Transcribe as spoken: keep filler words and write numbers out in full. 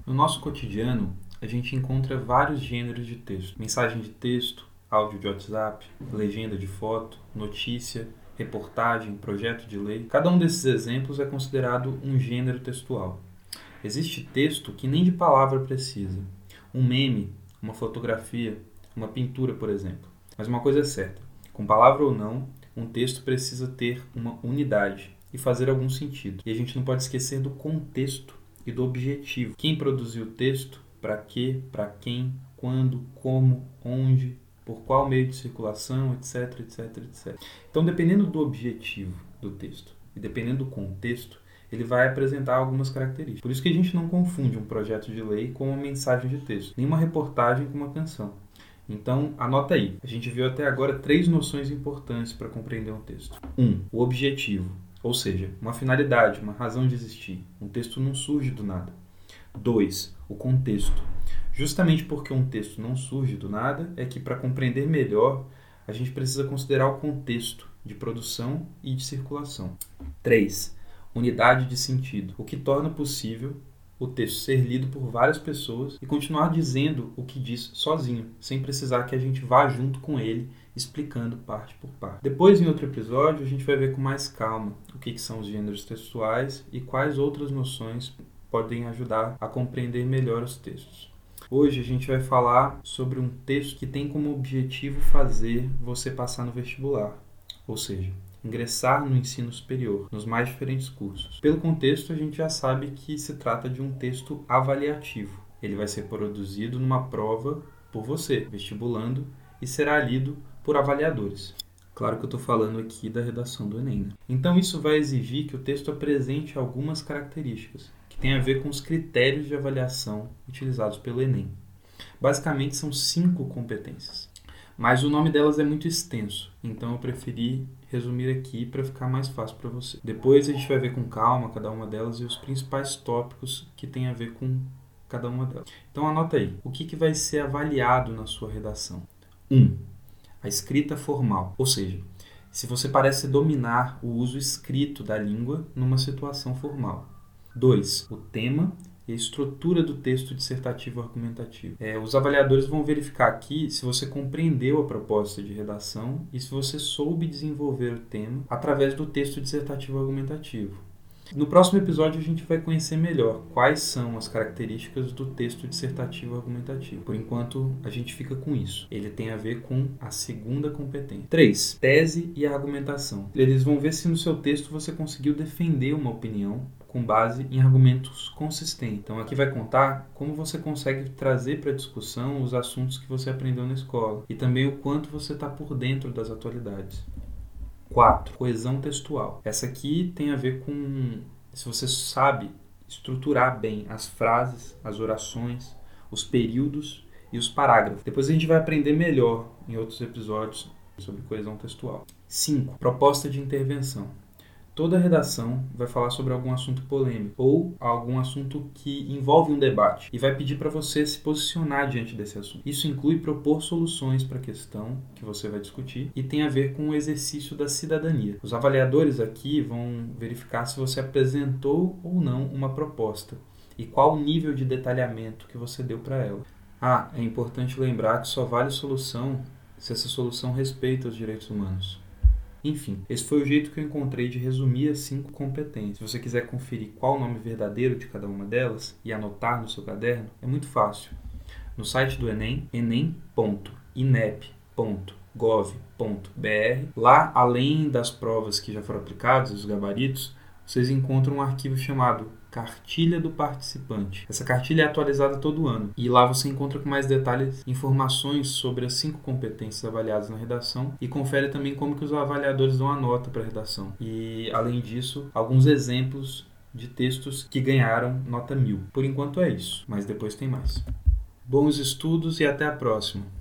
No nosso cotidiano, a gente encontra vários gêneros de texto. Mensagem de texto, áudio de WhatsApp, legenda de foto, notícia, reportagem, projeto de lei. Cada um desses exemplos é considerado um gênero textual. Existe texto que nem de palavra precisa. Um meme, uma fotografia, uma pintura, por exemplo. Mas uma coisa é certa, com palavra ou não, um texto precisa ter uma unidade e fazer algum sentido. E a gente não pode esquecer do contexto e do objetivo. Quem produziu o texto, para quê, para quem, quando, como, onde, por qual meio de circulação, etc, etc, etcétera. Então, dependendo do objetivo do texto e dependendo do contexto, ele vai apresentar algumas características. Por isso que a gente não confunde um projeto de lei com uma mensagem de texto, nem uma reportagem com uma canção. Então, anota aí. A gente viu até agora três noções importantes para compreender um texto. Um, o objetivo, ou seja, uma finalidade, uma razão de existir. Um texto não surge do nada. Dois, o contexto. Justamente porque um texto não surge do nada, é que para compreender melhor, a gente precisa considerar o contexto de produção e de circulação. Três, unidade de sentido, o que torna possível o texto ser lido por várias pessoas e continuar dizendo o que diz sozinho, sem precisar que a gente vá junto com ele, explicando parte por parte. Depois, em outro episódio, a gente vai ver com mais calma o que são os gêneros textuais e quais outras noções podem ajudar a compreender melhor os textos. Hoje a gente vai falar sobre um texto que tem como objetivo fazer você passar no vestibular, ou seja, ingressar no ensino superior, nos mais diferentes cursos. Pelo contexto, a gente já sabe que se trata de um texto avaliativo. Ele vai ser produzido numa prova por você, vestibulando, e será lido por avaliadores. Claro que eu estou falando aqui da redação do Enem, né? Então isso vai exigir que o texto apresente algumas características, que têm a ver com os critérios de avaliação utilizados pelo Enem. Basicamente são cinco competências. Mas o nome delas é muito extenso, então eu preferi resumir aqui para ficar mais fácil para você. Depois a gente vai ver com calma cada uma delas e os principais tópicos que tem a ver com cada uma delas. Então anota aí, o que, que vai ser avaliado na sua redação? um. A escrita formal, ou seja, se você parece dominar o uso escrito da língua numa situação formal. dois. O tema e a estrutura do texto dissertativo argumentativo. É, os avaliadores vão verificar aqui se você compreendeu a proposta de redação e se você soube desenvolver o tema através do texto dissertativo argumentativo. No próximo episódio a gente vai conhecer melhor quais são as características do texto dissertativo argumentativo. Por enquanto a gente fica com isso. Ele tem a ver com a segunda competência. três. Tese e argumentação. Eles vão ver se no seu texto você conseguiu defender uma opinião com base em argumentos consistentes. Então aqui vai contar como você consegue trazer para a discussão os assuntos que você aprendeu na escola e também o quanto você está por dentro das atualidades. quatro. Coesão textual. Essa aqui tem a ver com se você sabe estruturar bem as frases, as orações, os períodos e os parágrafos. Depois a gente vai aprender melhor em outros episódios sobre coesão textual. cinco. Proposta de intervenção. Toda redação vai falar sobre algum assunto polêmico ou algum assunto que envolve um debate e vai pedir para você se posicionar diante desse assunto. Isso inclui propor soluções para a questão que você vai discutir e tem a ver com o exercício da cidadania. Os avaliadores aqui vão verificar se você apresentou ou não uma proposta e qual o nível de detalhamento que você deu para ela. Ah, é importante lembrar que só vale solução se essa solução respeita os direitos humanos. Enfim, esse foi o jeito que eu encontrei de resumir as cinco competências. Se você quiser conferir qual o nome verdadeiro de cada uma delas e anotar no seu caderno, é muito fácil. No site do Enem, enem ponto inep ponto gov ponto br, lá, além das provas que já foram aplicadas, os gabaritos, vocês encontram um arquivo chamado Cartilha do Participante. Essa cartilha é atualizada todo ano e lá você encontra com mais detalhes informações sobre as cinco competências avaliadas na redação e confere também como que os avaliadores dão a nota para a redação. E, além disso, alguns exemplos de textos que ganharam nota mil. Por enquanto é isso, mas depois tem mais. Bons estudos e até a próxima!